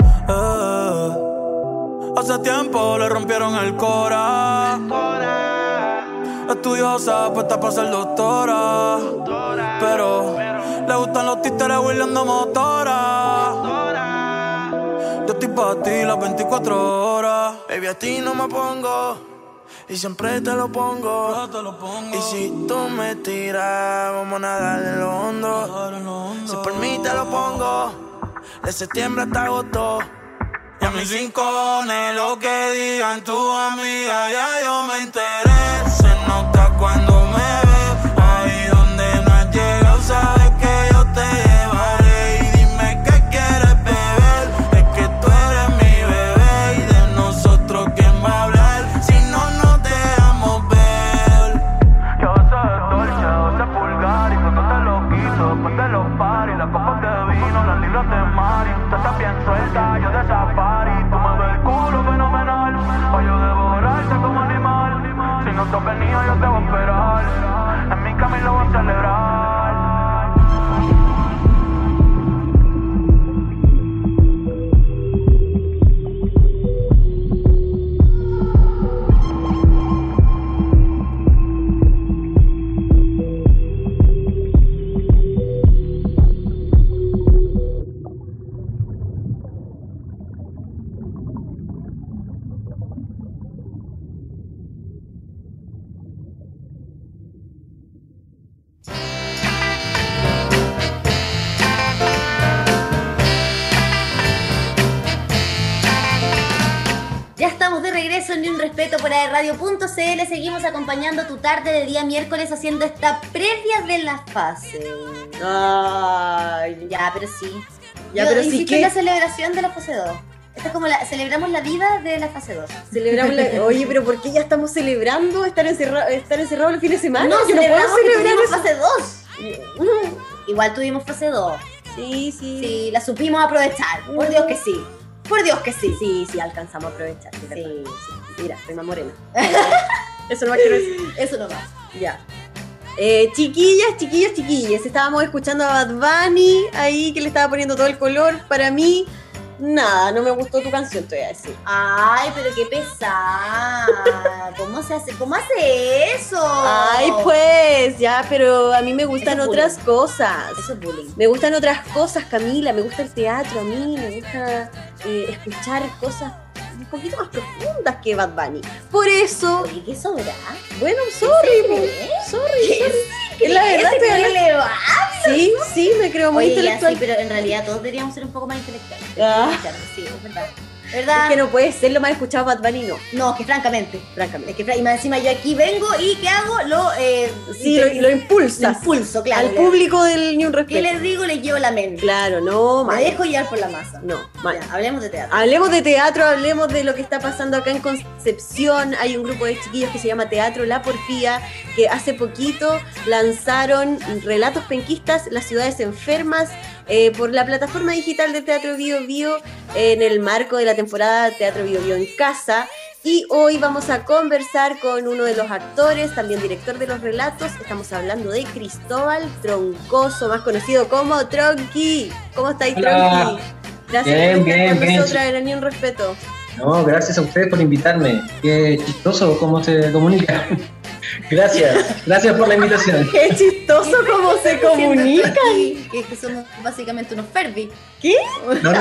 Speaker 5: Hace tiempo le rompieron el cora. Estudiosa, puesta para ser doctora, pero le gustan los títeres huirleando motora. Yo estoy pa' ti las 24 horas.
Speaker 4: Baby, a ti no me pongo, y siempre te lo pongo. Y si tú me tiras, vamos a nadar en lo hondo. Si por mí te lo pongo, de septiembre hasta agosto.
Speaker 5: Y a mis 5 lo que digan tu amiga, ya yo me enteré. Se nota cuando me ves, ahí donde no has llegado, sabes que yo te llevaré. Y dime qué quieres beber, es que tú eres mi bebé. Y de nosotros, ¿quién va a hablar si no nos dejamos ver? Y a veces es dolce, a veces es vulgar, y cuando te lo quito, después de los paris, las copas de vino, las libras de Mari. Tú estás bien suelta, yo de safari. Tú me ves el culo fenomenal, pa' yo devorarte como animal. Si no te has venido, yo te voy a esperar. En mi camino lo voy a celebrar.
Speaker 2: Ya estamos de regreso en Ni un Respeto por Radio.cl. Seguimos acompañando tu tarde de día miércoles haciendo esta previa de la fase.
Speaker 1: Ay,
Speaker 2: Ya, pero sí.
Speaker 1: Ya,
Speaker 2: Yo
Speaker 1: pero sí
Speaker 2: insisto
Speaker 1: que
Speaker 2: en la celebración de la fase 2. Esta es como celebramos la vida de la fase 2.
Speaker 1: celebramos Oye, pero ¿por qué ya estamos celebrando estar encerrados los fines de semana?
Speaker 2: No,
Speaker 1: Yo no puedo celebrar
Speaker 2: tuvimos
Speaker 1: eso.
Speaker 2: fase 2. Igual tuvimos fase 2.
Speaker 1: Sí.
Speaker 2: Sí, la supimos aprovechar. Por Dios que sí. Por Dios que sí.
Speaker 1: Sí, alcanzamos a aprovechar. Sí. Mira, soy más morena.
Speaker 2: Eso no va a querer decir. Eso no va.
Speaker 1: Ya. Chiquillas, estábamos escuchando a Bad Bunny ahí que le estaba poniendo todo el color. Para mí, nada, no me gustó tu canción, te voy a decir.
Speaker 2: Ay, pero qué pesada. ¿Cómo hace eso?
Speaker 1: Ay, pues, ya, pero a mí me gustan
Speaker 2: Eso es
Speaker 1: otras cosas.
Speaker 2: Eso es bullying.
Speaker 1: Me gustan otras cosas, Camila, me gusta el teatro a mí, me gusta escuchar cosas un poquito más profundas que Bad Bunny. Por eso,
Speaker 2: Oye, ¿qué sobra?
Speaker 1: bueno, sorry,
Speaker 2: ¿Qué?
Speaker 1: sorry. Es la verdad,
Speaker 2: ¿Qué
Speaker 1: estoy hablando. Sí, me creo muy
Speaker 2: Oye, ya
Speaker 1: intelectual.
Speaker 2: sí, pero en realidad todos deberíamos ser un poco más intelectuales.
Speaker 1: Ah.
Speaker 2: Sí, es verdad.
Speaker 1: Es que no puede ser lo más escuchado Bad Bunny, no,
Speaker 2: No, que francamente.
Speaker 1: francamente.
Speaker 2: Es que y más encima yo aquí vengo y ¿qué hago?
Speaker 1: Sí, lo impulsas
Speaker 2: impulso, claro.
Speaker 1: al público del Ni un
Speaker 2: ¿Qué
Speaker 1: Respeto.
Speaker 2: les digo? Les llevo la mente.
Speaker 1: Claro, no,
Speaker 2: Me
Speaker 1: mal.
Speaker 2: dejo llevar por la masa.
Speaker 1: No, mal.
Speaker 2: Ya, hablemos de teatro.
Speaker 1: Hablemos de teatro, hablemos de lo que está pasando acá en Concepción. Hay un grupo de chiquillos que se llama Teatro La Porfía, que hace poquito lanzaron Relatos Penquistas, las ciudades enfermas, por la plataforma digital de Teatro Bio Bio, en el marco de la temporada Teatro Bio Bio en Casa. Y hoy vamos a conversar con uno de los actores, también director de los relatos. Estamos hablando de Cristóbal Troncoso, más conocido como Tronqui. ¿Cómo estáis,
Speaker 6: Hola.
Speaker 1: Tronqui? Gracias
Speaker 6: Bien,
Speaker 1: por estar
Speaker 6: bien,
Speaker 1: con
Speaker 6: bien.
Speaker 1: nosotras en el Ni un Respeto.
Speaker 6: No, gracias a ustedes por invitarme. Qué chistoso cómo se comunica. Gracias por la invitación.
Speaker 1: Qué chistoso cómo se comunican.
Speaker 2: Que somos básicamente unos Ferbi.
Speaker 1: ¿Qué?
Speaker 6: No.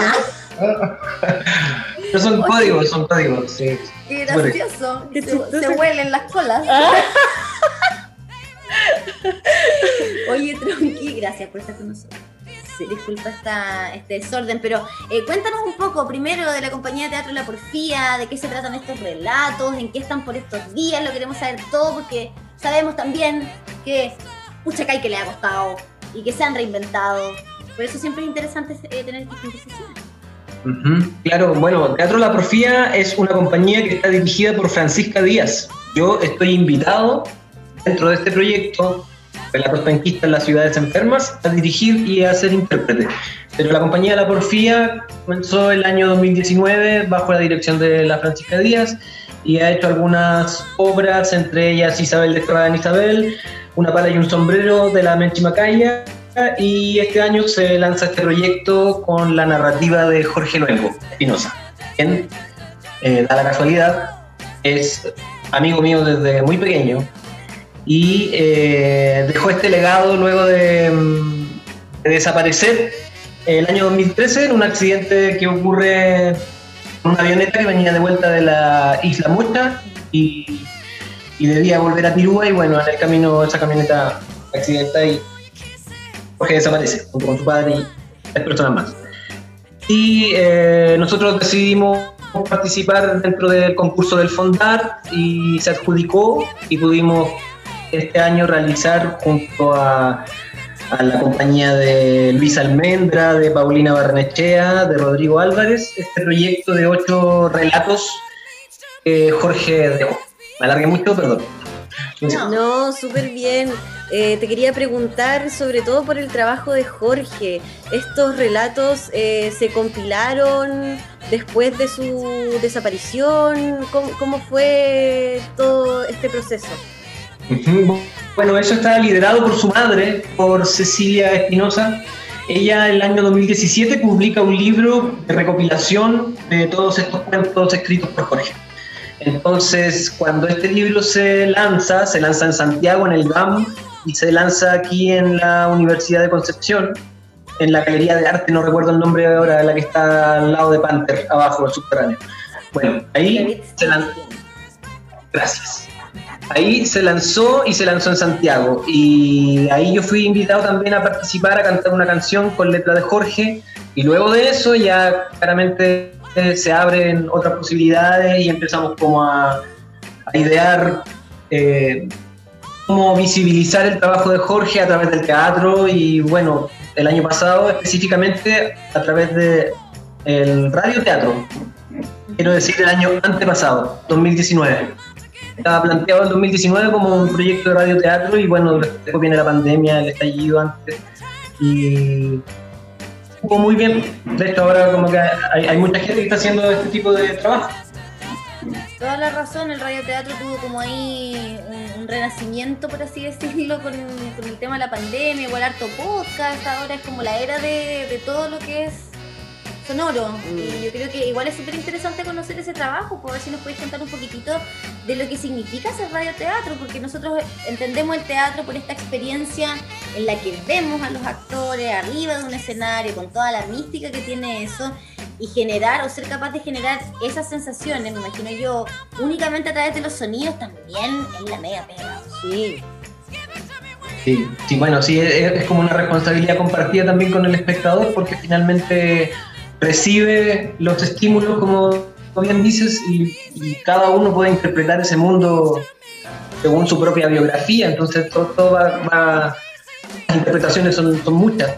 Speaker 6: Pero son códigos, sí.
Speaker 2: Qué
Speaker 6: Súper.
Speaker 2: gracioso.
Speaker 1: Qué
Speaker 2: Se
Speaker 1: chistoso.
Speaker 2: huelen las colas.
Speaker 1: Ah.
Speaker 2: Oye, Tronqui, gracias por estar con nosotros.
Speaker 1: Sí.
Speaker 2: Disculpa este desorden, pero cuéntanos un poco primero de la compañía de teatro La Porfía, de qué se tratan estos relatos, en qué están por estos días, lo queremos saber todo porque sabemos también que pucha que le ha costado y que se han reinventado. Por eso siempre es interesante tener distintas sesiones.
Speaker 6: Claro, bueno, Teatro La Porfía es una compañía que está dirigida por Francisca Díaz. Yo estoy invitado dentro de este proyecto, Relatos Penquistas en las Ciudades Enfermas, a dirigir y a ser intérprete. Pero la compañía La Porfía comenzó el año 2019 bajo la dirección de la Francisca Díaz y ha hecho algunas obras, entre ellas Isabel de Estrada en Isabel, Una pala y un sombrero de la Menchi Macaya, y este año se lanza este proyecto con la narrativa de Jorge Luengo Espinosa, quien, da la casualidad, es amigo mío desde muy pequeño y dejó este legado luego de desaparecer el año 2013 en un accidente que ocurre con una avioneta que venía de vuelta de la Isla Muestra y debía volver a Tirúa, y bueno, en el camino esa camioneta accidenta y Jorge desaparece junto con su padre y 3 personas más. Y nosotros decidimos participar dentro del concurso del Fondar y se adjudicó y pudimos este año realizar junto a la compañía de Luis Almendra, de Paulina Barnechea, de Rodrigo Álvarez, este proyecto de 8 relatos que Jorge dejó. Me alargué mucho, perdón.
Speaker 1: No, súper bien. Te quería preguntar sobre todo por el trabajo de Jorge. ¿Estos relatos se compilaron después de su desaparición? ¿Cómo fue todo este proceso?
Speaker 6: Bueno, eso está liderado por su madre, por Cecilia Espinosa. Ella en el año 2017 publica un libro de recopilación de todos estos cuentos escritos por Jorge. Entonces, cuando este libro se lanza en Santiago, en el GAM, y se lanza aquí en la Universidad de Concepción, en la Galería de Arte, no recuerdo el nombre ahora, la que está al lado de Panther, abajo, el subterráneo. Bueno, ahí se lanzó. Gracias. Ahí se lanzó y se lanzó en Santiago. Y ahí yo fui invitado también a participar, a cantar una canción con letra de Jorge. Y luego de eso ya claramente se abren otras posibilidades y empezamos como a idear cómo visibilizar el trabajo de Jorge a través del teatro. Y bueno, el año pasado específicamente a través de el radioteatro, quiero decir el año antepasado, 2019. Estaba planteado el 2019 como un proyecto de radioteatro y bueno, después viene la pandemia, el estallido antes y estuvo muy bien. De hecho ahora como que hay mucha gente que está haciendo este tipo de trabajo.
Speaker 2: Toda la razón, el radioteatro tuvo como ahí un renacimiento, por así decirlo, con el tema de la pandemia, igual harto podcast, ahora es como la era de todo lo que es sonoro. Y yo creo que igual es súper interesante conocer ese trabajo, por ver si nos podéis contar un poquitito de lo que significa hacer radioteatro, porque nosotros entendemos el teatro por esta experiencia en la que vemos a los actores arriba de un escenario con toda la mística que tiene eso, y generar o ser capaz de generar esas sensaciones, me imagino yo, únicamente a través de los sonidos también es la mega pega.
Speaker 1: Sí.
Speaker 6: Sí, bueno, sí, es como una responsabilidad compartida también con el espectador, porque finalmente recibe los estímulos, como bien dices, y cada uno puede interpretar ese mundo según su propia biografía, entonces todo va las interpretaciones son muchas.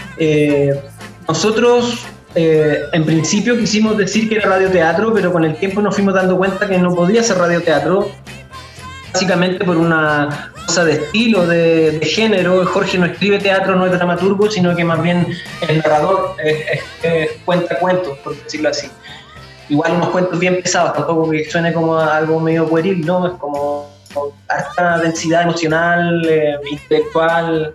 Speaker 6: Nosotros en principio quisimos decir que era radioteatro, pero con el tiempo nos fuimos dando cuenta que no podía ser radioteatro, básicamente por una cosa de estilo, de género. Jorge no escribe teatro, no es dramaturgo, sino que más bien es narrador, cuenta cuentos, por decirlo así. Igual unos cuentos bien pesados, tampoco que suene como algo medio pueril, ¿no? Es como harta densidad emocional, intelectual.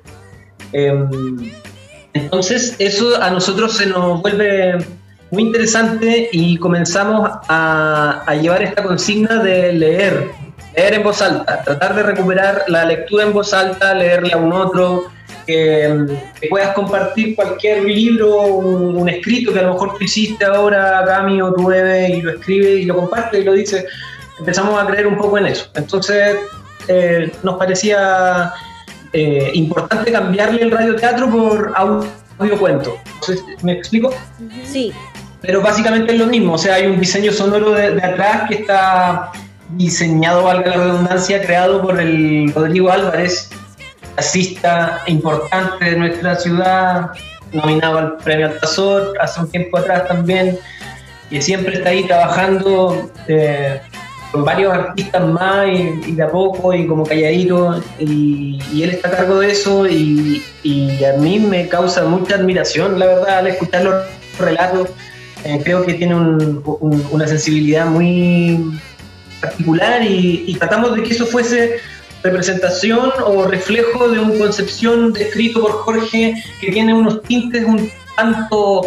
Speaker 6: Entonces eso a nosotros se nos vuelve muy interesante y comenzamos a llevar esta consigna de leer en voz alta, tratar de recuperar la lectura en voz alta, leerle a un otro, que puedas compartir cualquier libro, un escrito que a lo mejor tú hiciste ahora, Cami, o tu bebé, y lo escribe y lo comparte y lo dice. Empezamos a creer un poco en eso. Entonces nos parecía importante cambiarle el radioteatro por audiocuento. No sé si me explico.
Speaker 1: Sí.
Speaker 6: Pero básicamente es lo mismo, o sea, hay un diseño sonoro de atrás que está diseñado, valga la redundancia, creado por el Rodrigo Álvarez, jazzista importante de nuestra ciudad, nominado al Premio Altazor hace un tiempo atrás también, que siempre está ahí trabajando con varios artistas más y de a poco y como calladito, y él está a cargo de eso y a mí me causa mucha admiración, la verdad, al escuchar los relatos. Creo que tiene una sensibilidad muy particular y tratamos de que eso fuese representación o reflejo de una concepción descrito por Jorge que tiene unos tintes un tanto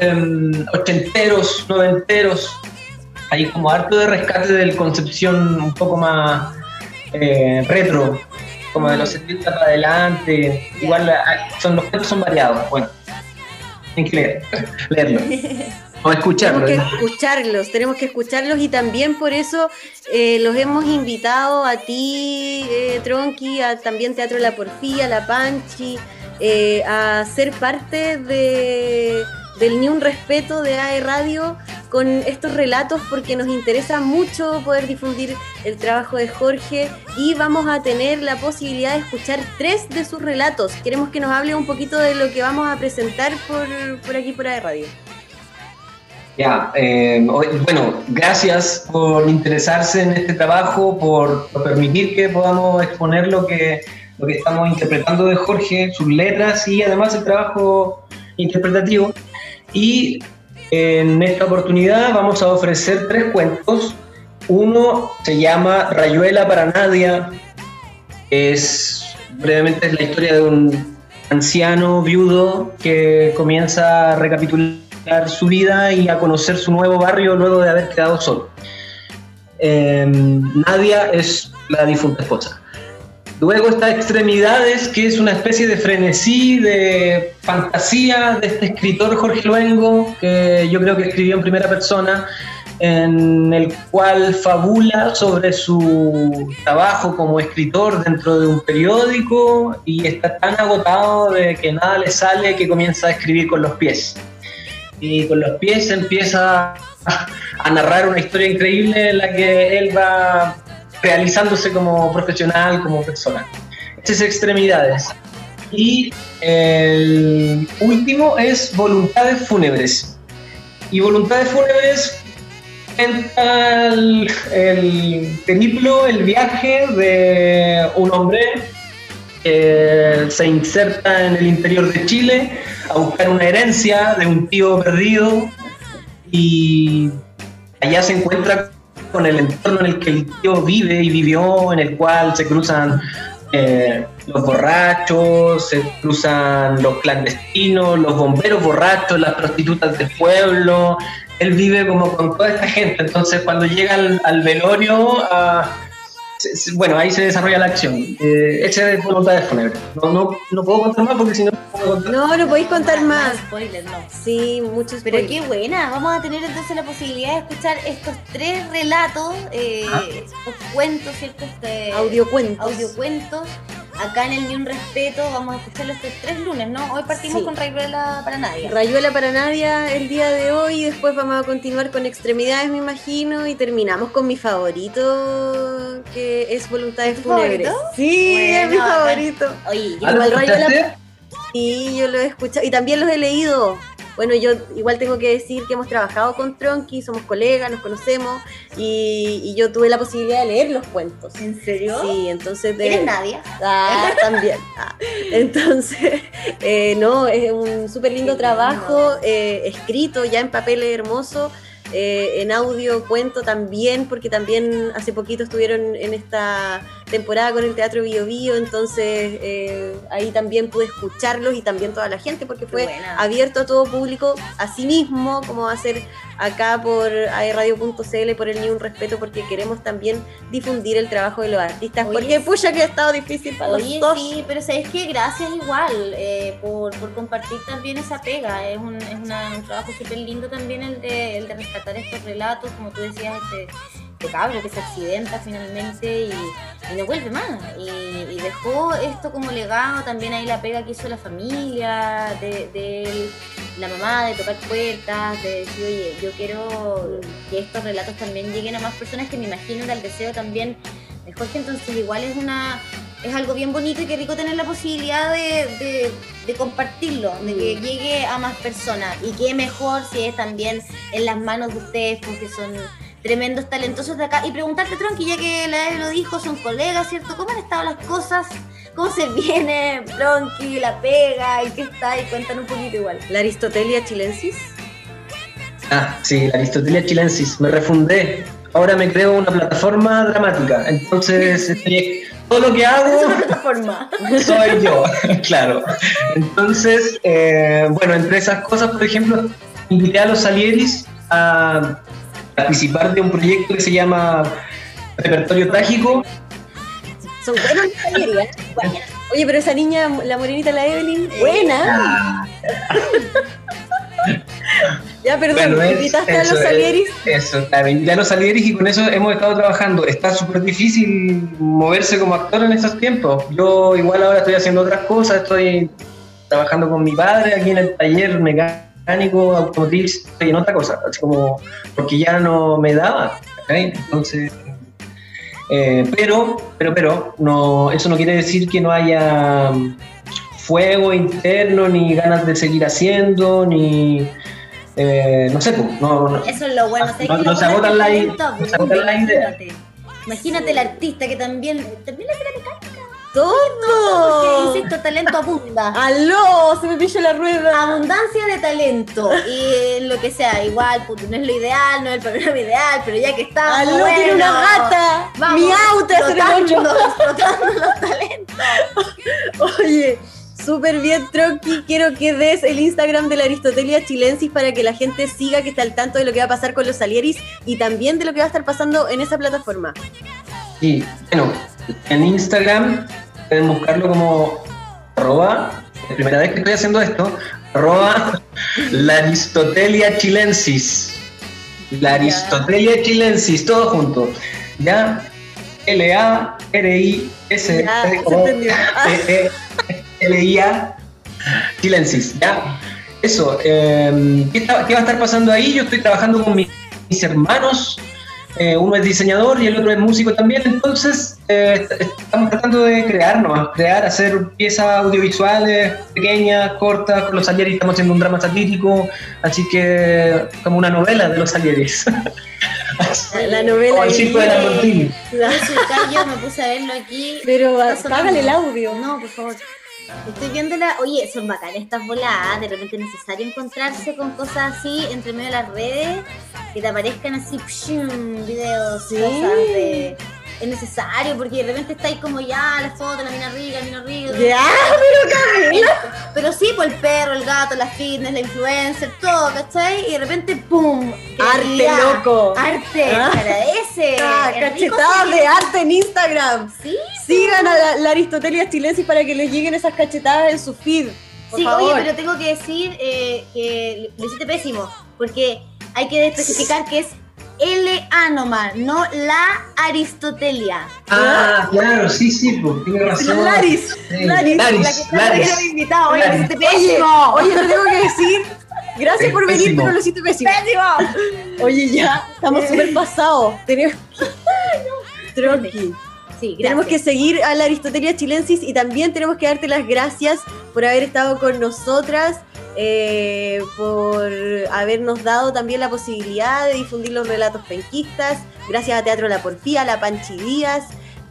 Speaker 6: ochenteros, noventeros, hay como harto de rescate de concepción un poco más retro, como de los 70 para adelante, igual los cuentos son variados, bueno, tienen que leerlo. O escucharlos.
Speaker 1: Tenemos que escucharlos y también por eso los hemos invitado a ti, Tronqui, a también Teatro La Porfía, La Panchi, a ser parte del Ni Un Respeto de AE Radio con estos relatos porque nos interesa mucho poder difundir el trabajo de Jorge y vamos a tener la posibilidad de escuchar 3 de sus relatos. Queremos que nos hable un poquito de lo que vamos a presentar por aquí por AE Radio.
Speaker 6: Ya, bueno, gracias por interesarse en este trabajo, por permitir que podamos exponer lo que estamos interpretando de Jorge, sus letras y además el trabajo interpretativo. Y en esta oportunidad vamos a ofrecer 3 cuentos. Uno se llama Rayuela para Nadia, brevemente es la historia de un anciano viudo que comienza a recapitular su vida y a conocer su nuevo barrio luego de haber quedado solo. Nadia es la difunta esposa. Luego está Extremidades, que es una especie de frenesí, de fantasía de este escritor Jorge Luengo, que yo creo que escribió en primera persona, en el cual fabula sobre su trabajo como escritor dentro de un periódico y está tan agotado de que nada le sale que comienza a escribir con los pies. Y con los pies empieza a narrar una historia increíble en la que él va realizándose como profesional, como persona. Este es Extremidades. Y el último es Voluntades Fúnebres. Y Voluntades Fúnebres cuenta el periplo, el viaje de un hombre que se inserta en el interior de Chile a buscar una herencia de un tío perdido y allá se encuentra con el entorno en el que el tío vive y vivió, en el cual se cruzan los borrachos, se cruzan los clandestinos, los bomberos borrachos, las prostitutas del pueblo. Él vive como con toda esta gente, entonces cuando llega al velorio, bueno, ahí se desarrolla la acción. Esa es Voluntades Fúnebres. No puedo contar más porque si no puedo contar.
Speaker 1: No podéis contar más.
Speaker 2: Spoilers, no.
Speaker 1: Sí, muchos
Speaker 2: Pero
Speaker 1: spoilers.
Speaker 2: qué buena, vamos a tener entonces la posibilidad de escuchar estos 3 relatos, estos cuentos, ¿cierto? Audiocuentos. Acá en el Ni Un Respeto vamos a escucharlo estos 3 lunes, ¿no? Hoy partimos con Rayuela para Nadia.
Speaker 1: Rayuela para Nadia el día de hoy, después vamos a continuar con Extremidades, me imagino, y terminamos con mi favorito, que es Voluntades Fúnebres.
Speaker 2: ¿Favorito?
Speaker 1: Sí,
Speaker 2: Bueno,
Speaker 1: es mi favorito.
Speaker 2: Oye, yo
Speaker 1: Igual
Speaker 6: ¿lo
Speaker 1: Rayuela.
Speaker 6: escuchaste?
Speaker 1: Sí, yo lo he escuchado y también los he leído. Bueno, yo igual tengo que decir que hemos trabajado con Tronqui, somos colegas, nos conocemos y yo tuve la posibilidad de leer los cuentos.
Speaker 2: ¿En serio?
Speaker 1: Sí, entonces...
Speaker 2: ¿Eres Nadia?
Speaker 1: También. Entonces, no, es un súper lindo trabajo, escrito ya en papel hermoso, en audio, cuento también, porque también hace poquito estuvieron en esta temporada con el Teatro Bio Bio, entonces ahí también pude escucharlos y también toda la gente, porque fue abierto a todo público, así mismo como va a ser acá por aeradio.cl, por el Ni Un Respeto, porque queremos también difundir el trabajo de los artistas. Oye, porque pucha que ha estado difícil para los dos.
Speaker 2: Sí, pero sabes que gracias igual por compartir también esa pega. Es un trabajo súper lindo también el de rescatar estos relatos, como tú decías, este cabro que se accidenta finalmente no vuelve más. Y dejó esto como legado, también ahí la pega que hizo la familia, de la mamá, de tocar puertas, de decir, oye, yo quiero que estos relatos también lleguen a más personas, que me imagino era el deseo también de Jorge. Entonces igual es algo bien bonito y qué rico tener la posibilidad de compartirlo, de que llegue a más personas. Y qué mejor si es también en las manos de ustedes, porque son tremendos talentosos de acá. Y preguntarte, Tronqui, ya que la Eve lo dijo, son colegas, ¿cierto? ¿Cómo han estado las cosas? ¿Cómo se viene Tronqui, la pega y qué está? Y cuentan un poquito igual.
Speaker 1: La Aristotelia chilensis.
Speaker 6: Sí, la Aristotelia chilensis. Me refundé. Ahora me creo una plataforma dramática. Entonces, todo lo que hago...
Speaker 2: Es una plataforma.
Speaker 6: Soy yo, claro. Entonces, bueno, entre esas cosas, por ejemplo, invité a los Salieris a participar de un proyecto que se llama Repertorio Trágico.
Speaker 1: Son buenos los Salieri, ¿eh? Oye, pero esa niña, la morenita, la Evelyn, buena. Ya, perdón,
Speaker 6: Bueno,
Speaker 1: invitaste a los Salieris.
Speaker 6: Eso, claro, invité a los Salieris y con eso hemos estado trabajando. Está súper difícil moverse como actor en estos tiempos. Yo igual ahora estoy haciendo otras cosas, estoy trabajando con mi padre aquí en el taller mecánico, automotriz, estoy en otra cosa, así como porque ya no me daba, ¿okay? Entonces... pero no, eso no quiere decir que no haya fuego interno, ni ganas de seguir haciendo, ni no sé, no,
Speaker 2: eso es lo bueno.
Speaker 6: no se agotan la idea.
Speaker 2: Imagínate el artista que también le hace la mecánica.
Speaker 1: ¡Todo!
Speaker 2: Porque, insisto, talento abunda.
Speaker 1: ¡Aló! Se me pilló la rueda.
Speaker 2: Abundancia de talento. Y lo que sea, igual, puto, no es lo ideal, no es el programa ideal, pero ya que está.
Speaker 1: ¡Aló!
Speaker 2: Bueno,
Speaker 1: Tiene una gata.
Speaker 2: Vamos,
Speaker 1: Mi auto es
Speaker 2: explotando los talentos.
Speaker 1: Oye, súper bien, Tronqui. Quiero que des el Instagram de la Aristotelia chilensis para que la gente siga, que esté al tanto de lo que va a pasar con los Salieris y también de lo que va a estar pasando en esa plataforma.
Speaker 6: Y bueno, en Instagram pueden buscarlo como @ la primera vez que estoy haciendo esto, @ la Aristotelia chilensis. La Aristotelia chilensis, todo junto. Ya, LARISTELIA chilensis. Ya, eso. ¿Qué va a estar pasando ahí? Yo estoy trabajando con mis hermanos. Uno es diseñador y el otro es músico también, entonces estamos tratando de crear, hacer piezas audiovisuales pequeñas, cortas. Con los Salieris estamos haciendo un drama satírico, así que como una novela de los Salieris.
Speaker 1: La novela.
Speaker 6: O el circo de la Montini.
Speaker 2: Yo soy Cayo, me puse a verlo aquí.
Speaker 1: Pero
Speaker 2: Está
Speaker 1: apágale el
Speaker 2: sonando.
Speaker 1: audio.
Speaker 2: No, por favor. Estoy viéndola. Oye, son bacanas estas voladas. De repente es necesario encontrarse con cosas así entre medio de las redes, que te aparezcan así videos,
Speaker 1: Sí.
Speaker 2: cosas de... Es necesario, porque de repente está ahí como ya la foto, la mina rica, el vino rico.
Speaker 1: Ya, pero Camila.
Speaker 2: Pero sí, por el perro, el gato, la fitness, la influencer, todo, ¿cachai? Y de repente, ¡pum!
Speaker 1: Arte,
Speaker 2: creatividad.
Speaker 1: loco.
Speaker 2: Arte,
Speaker 1: Ah.
Speaker 2: agradece.
Speaker 1: Cachetadas de arte en Instagram.
Speaker 2: Sí,
Speaker 1: Sigan a la Aristotelia chilensis para que les lleguen esas cachetadas en su feed. Por
Speaker 2: sí,
Speaker 1: favor.
Speaker 2: oye, pero tengo que decir que lo hiciste pésimo, porque hay que especificar que es LA nomás, no la Aristotelia.
Speaker 6: Claro, sí, pues, tiene razón.
Speaker 1: Laris,
Speaker 6: Sí.
Speaker 1: Laris,
Speaker 2: La que
Speaker 6: Laris.
Speaker 2: está invitado, oye, lo
Speaker 6: Laris.
Speaker 2: hiciste pésimo.
Speaker 1: Oye, te tengo que decir, gracias por venir,
Speaker 6: Pésimo.
Speaker 1: pero lo hiciste pésimo.
Speaker 2: ¡Pésimo!
Speaker 1: Oye, ya, estamos súper pasados. Tenemos Tronqui.
Speaker 2: Sí, gracias.
Speaker 1: Tenemos que seguir a la Aristotelia chilensis y también tenemos que darte las gracias por haber estado con nosotras, por habernos dado también la posibilidad de difundir los relatos penquistas. Gracias a Teatro La Porfía, a la Panchi Díaz,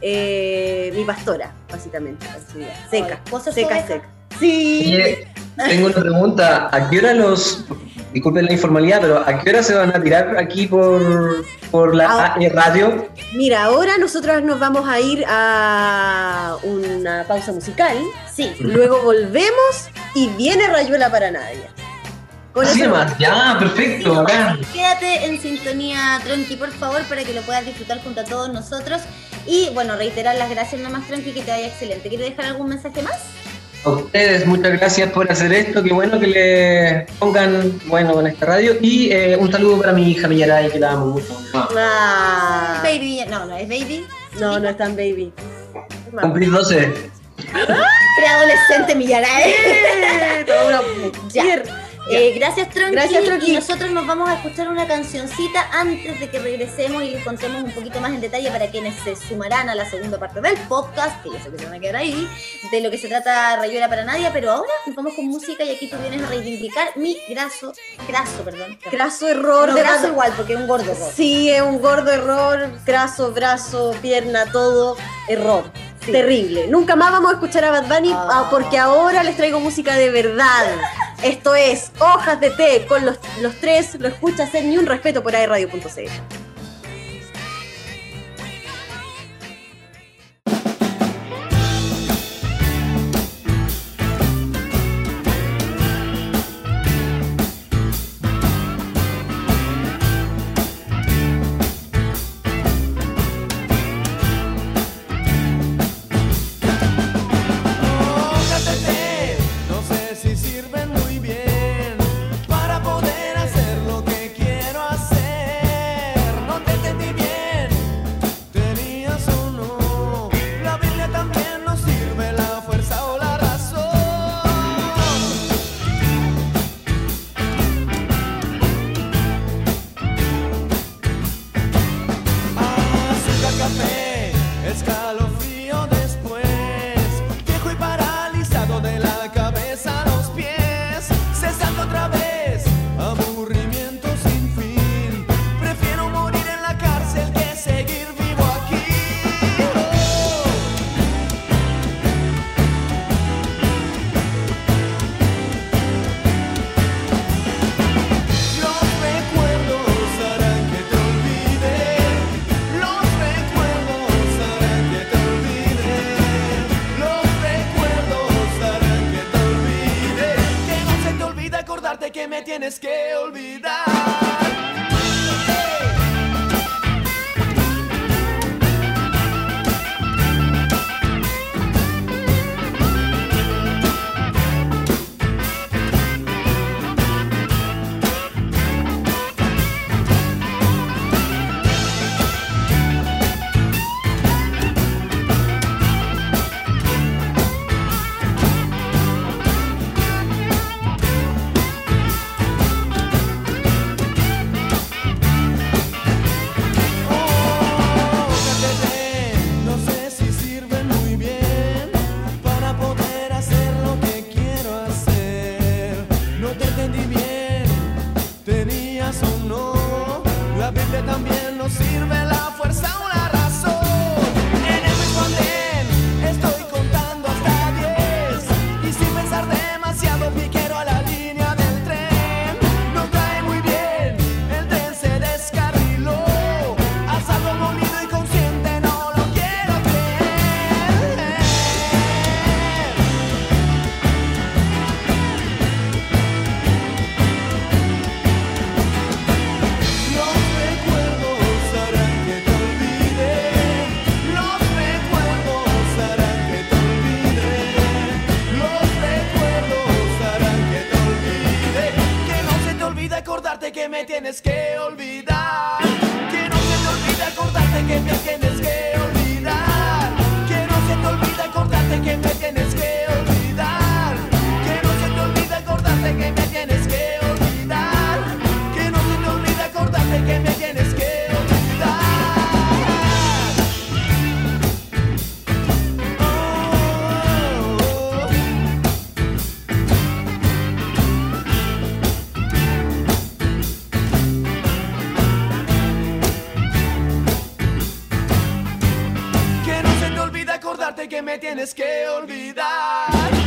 Speaker 1: mi pastora, básicamente. Panchi Díaz. Seca,
Speaker 2: ¿Cosas
Speaker 1: seca,
Speaker 2: ovejas?
Speaker 1: seca. Sí.
Speaker 6: Oye, tengo una pregunta. ¿A qué hora disculpen la informalidad, pero a qué hora se van a tirar aquí por la radio?
Speaker 1: Mira, ahora nosotros nos vamos a ir a una pausa musical.
Speaker 2: Sí.
Speaker 1: Luego volvemos y viene Rayuela para nadie. Con
Speaker 6: Así
Speaker 1: eso-
Speaker 6: nomás, ya, perfecto, bacán.
Speaker 2: Quédate en sintonía, Tronqui, por favor, para que lo puedas disfrutar junto a todos nosotros. Y bueno, reiterar las gracias nomás, Tronqui, que te vaya excelente. ¿Quieres dejar algún mensaje más?
Speaker 6: A ustedes, muchas gracias por hacer esto. Qué bueno que le pongan bueno en esta radio. Y un saludo para mi hija Millaray, que la amo mucho.
Speaker 1: Ah.
Speaker 2: Baby, no es Baby.
Speaker 1: No, no es tan baby.
Speaker 6: Cumplís 12.
Speaker 2: Preadolescente Millarae.
Speaker 1: Toda una
Speaker 2: Ya.
Speaker 1: mujer.
Speaker 2: Gracias, Tronqui.
Speaker 1: Gracias, Tronqui.
Speaker 2: Y nosotros nos vamos a escuchar una cancioncita antes de que regresemos y les contemos un poquito más en detalle para quienes se sumarán a la segunda parte del podcast, que yo sé que se van a quedar ahí, de lo que se trata Rayuela para Nadie. Pero ahora nos vamos con música y aquí tú vienes a reivindicar mi graso error.
Speaker 1: Graso
Speaker 2: No, graso igual, porque es un gordo error.
Speaker 1: Sí, es un gordo error. Graso, brazo, pierna, todo. Error.
Speaker 2: Sí.
Speaker 1: Terrible. Nunca más vamos a escuchar a Bad Bunny porque ahora les traigo música de verdad. Esto es Hojas de Té con los tres. Lo escuchas en Ni un Respeto por airradio.cl.
Speaker 4: No sé si sirven muy bien para poder hacer lo que quiero hacer. No te entendí bien, tenías o no. La Biblia también nos sirve, la fuerza o la razón. Azúcar, café, escalofrío después, viejo y paralizado de la cabeza a los pies, cesando otra vez, aburrimiento sin fin. Prefiero morir en la cárcel que seguir vivo aquí. Los recuerdos harán que te olvides. Los recuerdos harán que te olvides. Los recuerdos harán que te olvides. Que no se te olvide acordarte que me tienes que olvidar. No sé si sirven muy bien para poder hacer lo que quiero hacer. No te entendí bien, tenías o no. La Biblia también nos sirve, la fuerza o la razón. En el mismo andén estoy contando hasta 10 y sin pensar demasiado piquero a la línea del tren. No cae muy bien, el tren se descarriló. Asado molido y consciente no lo quiero creer. Los recuerdos harán que te olvides. Los recuerdos harán que te olvides. Los recuerdos harán que te olvides. Que no se te olvide acordarte que me tienes que olvidar. Que no se te olvide acordarte que me tienes que olvidar. Que no se te olvide acordarte que me tienes que olvidar. Que no se te olvide acordarte que me tienes que olvidar. Que no se te olvide acordarte que me tienes que olvidar. Que no se te olvide acordarte que me tienes que olvidar.